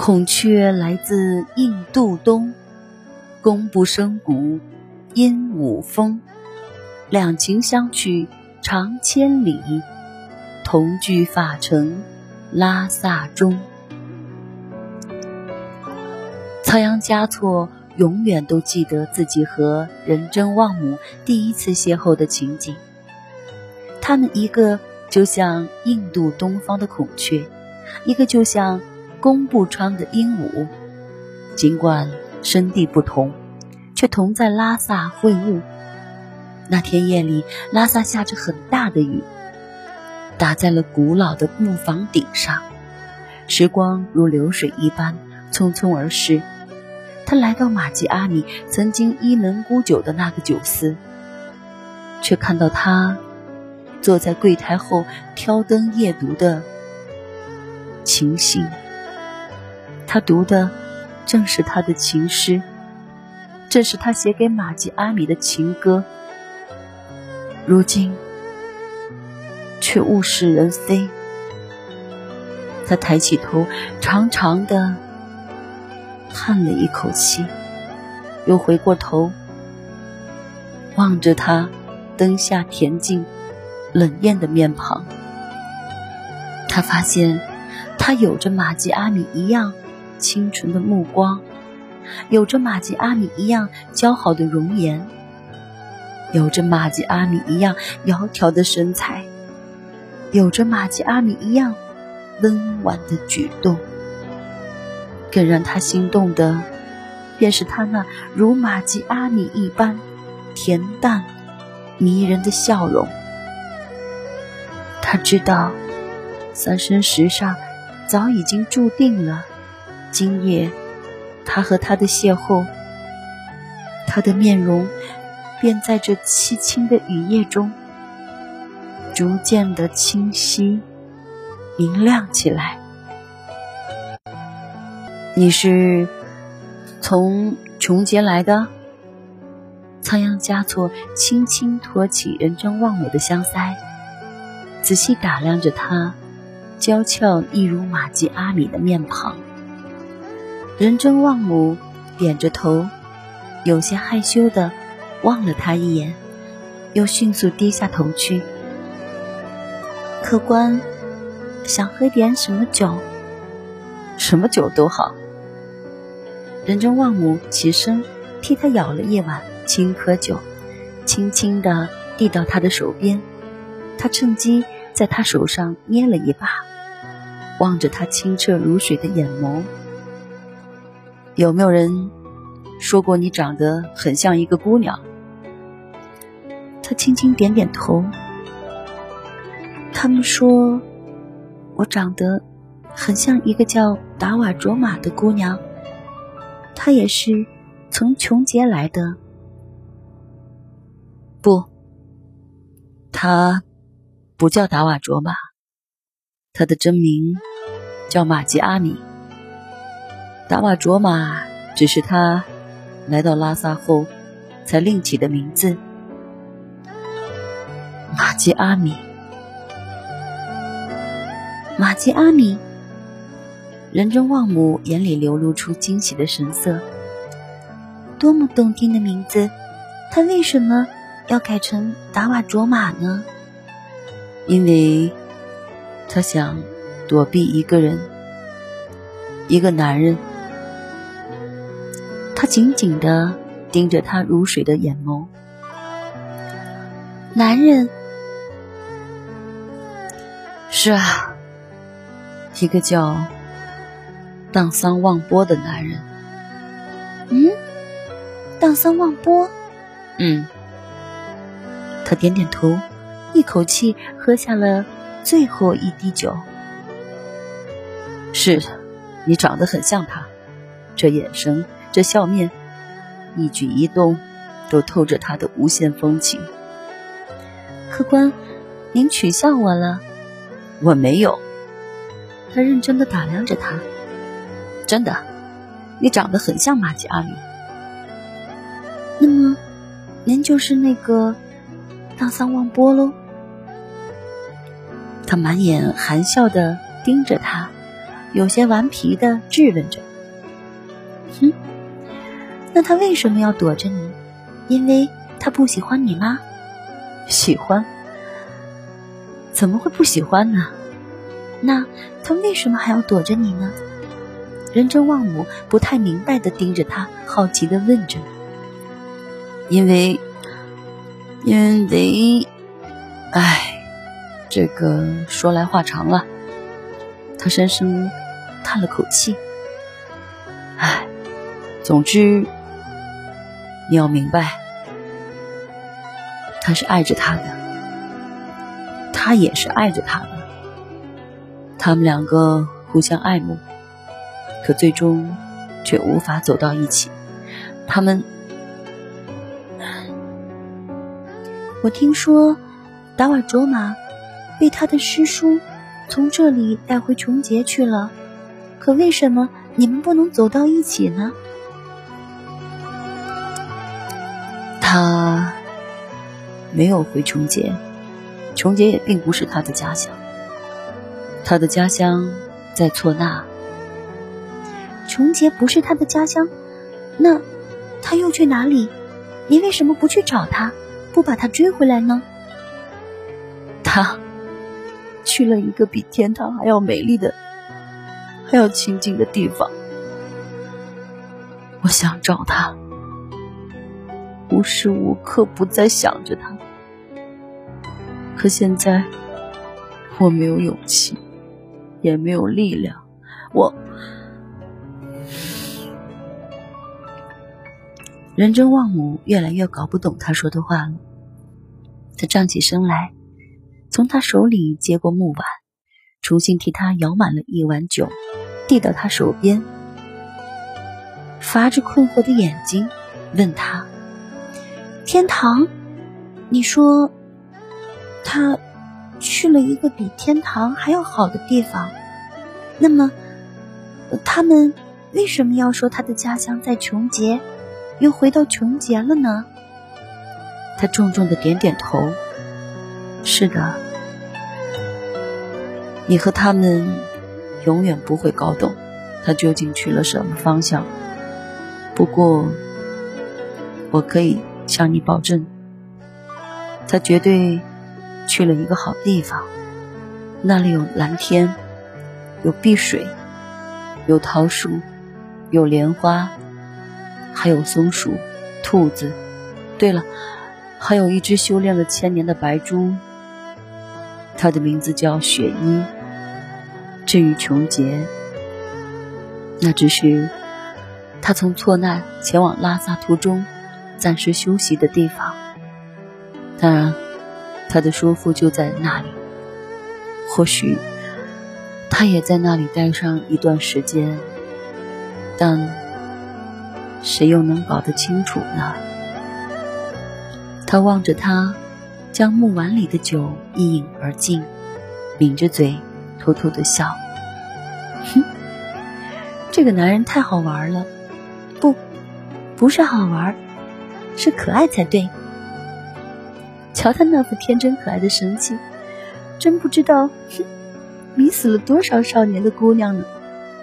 孔雀来自印度东，弓不生鼓，鹦鹉风。两情相去长千里，同居法城拉萨中。仓央嘉措永远都记得自己和仁真旺姆第一次邂逅的情景，他们一个就像印度东方的孔雀，一个就像弓步窗的鹦鹉，尽管身地不同，却同在拉萨会晤。那天夜里，拉萨下着很大的雨，打在了古老的木房顶上，时光如流水一般匆匆而逝。他来到玛吉阿米曾经一门沽酒的那个酒肆，却看到他坐在柜台后挑灯夜读的情信。他读的正是他的情诗，正是他写给玛吉阿米的情歌。如今却物是人非。他抬起头，长长的叹了一口气，又回过头望着他灯下恬静冷艳的面庞。他发现他有着玛吉阿米一样清纯的目光，有着玛吉阿米一样姣好的容颜，有着玛吉阿米一样窈窕的身材，有着玛吉阿米一样温婉的举动。更让他心动的便是他那如玛吉阿米一般恬淡迷人的笑容。他知道三生石上早已经注定了，今夜他和他的邂逅，他的面容便在这凄清的雨夜中逐渐的清晰明亮起来。你是从琼杰来的？仓央嘉措轻轻托起仁真旺姆的香腮，仔细打量着他娇俏一如玛吉阿米的面庞。仁真旺姆点着头，有些害羞地望了他一眼，又迅速低下头去。客官想喝点什么酒？什么酒都好。仁真旺姆起身替他舀了一碗青稞酒，轻轻地递到他的手边。他趁机在他手上捏了一把，望着他清澈如水的眼眸。有没有人说过你长得很像一个姑娘？他轻轻点点头。他们说我长得很像一个叫达瓦卓玛的姑娘，她也是从琼杰来的。不，她不叫达瓦卓玛，她的真名叫玛吉阿米。达瓦卓玛只是她来到拉萨后才另起的名字。玛吉阿米，玛吉阿米。仁真旺姆眼里流露出惊喜的神色。多么动听的名字，他为什么要改成达瓦卓玛呢？因为他想躲避一个人，一个男人。他紧紧地盯着他如水的眼眸。男人？是啊，一个叫荡桑旺波的男人。荡桑旺波？他点点头，一口气喝下了最后一滴酒。是，你长得很像他，这眼神，这笑面，一举一动都透着他的无限风情。客官，您取笑我了。我没有。他认真地打量着他。真的，你长得很像玛吉阿米。那么您就是那个荡桑旺波喽？他满眼含笑地盯着他， 有些顽皮地质问着。那他为什么要躲着你？因为他不喜欢你吗？喜欢？怎么会不喜欢呢？那他为什么还要躲着你呢？仁真望母不太明白地盯着他，好奇地问着。因为，这个说来话长了。他深深叹了口气。总之，你要明白，他是爱着他的，他也是爱着他的。他们两个互相爱慕，可最终却无法走到一起。我听说达瓦卓玛被他的师叔从这里带回琼杰去了，可为什么你们不能走到一起呢？他没有回琼杰，琼杰也并不是他的家乡，他的家乡在错那。琼杰不是他的家乡，那他又去哪里？你为什么不去找他，不把他追回来呢？他去了一个比天堂还要美丽的、还要清静的地方。我想找他，无时无刻不在想着他，可现在我没有勇气，也没有力量。仁真望母越来越搞不懂他说的话了。他站起身来，从他手里接过木碗，重新替他舀满了一碗酒，递到他手边，发着困惑的眼睛问他：天堂？你说他去了一个比天堂还要好的地方，那么他们为什么要说他的家乡在琼杰，又回到琼杰了呢？他重重地点点头。是的，你和他们永远不会搞懂他究竟去了什么方向。不过我可以向你保证，他绝对去了一个好地方，那里有蓝天，有碧水，有桃树，有莲花，还有松鼠、兔子，对了，还有一只修炼了1000年的白猪，它的名字叫雪衣。至于琼杰，那只是他从错难前往拉萨途中暂时休息的地方。当然，他的叔父就在那里，或许他也在那里待上一段时间，但谁又能搞得清楚呢？他望着他，将木碗里的酒一饮而尽，抿着嘴偷偷地笑。这个男人太好玩了，不是好玩，是可爱才对。瞧他那副天真可爱的神情，真不知道迷死了多少少年的姑娘呢。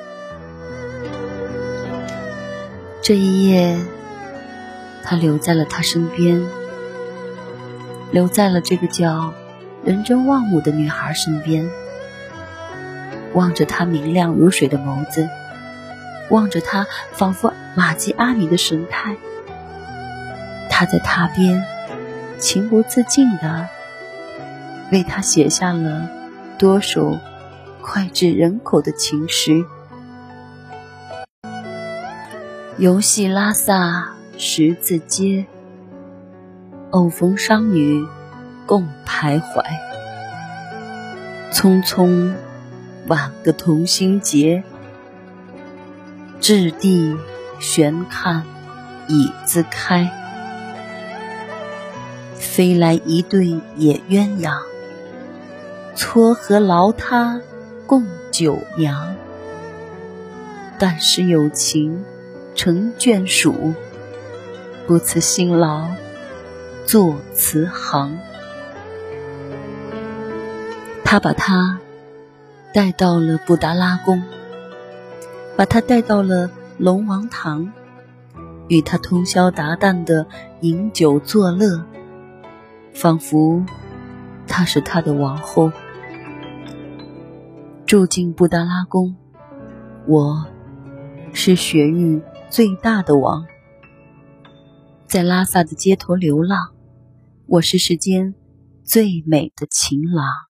这一夜，他留在了他身边，留在了这个叫仁真望母的女孩身边，望着她明亮如水的眸子，望着她仿佛玛吉阿米的神态。他在榻边情不自禁地为他写下了多首脍炙人口的情诗。游戏拉萨十字街，偶逢商女共徘徊。匆匆晚个同心结，掷地悬看椅子开。飞来一对野鸳鸯，撮合劳他共酒娘。但使有情成眷属，不辞辛劳作慈航。他把他带到了布达拉宫， 把他带到了龙王堂，与他通宵达旦地饮酒作乐，仿佛她是他的王后。住进布达拉宫，我是雪域最大的王。在拉萨的街头流浪，我是世间最美的情郎。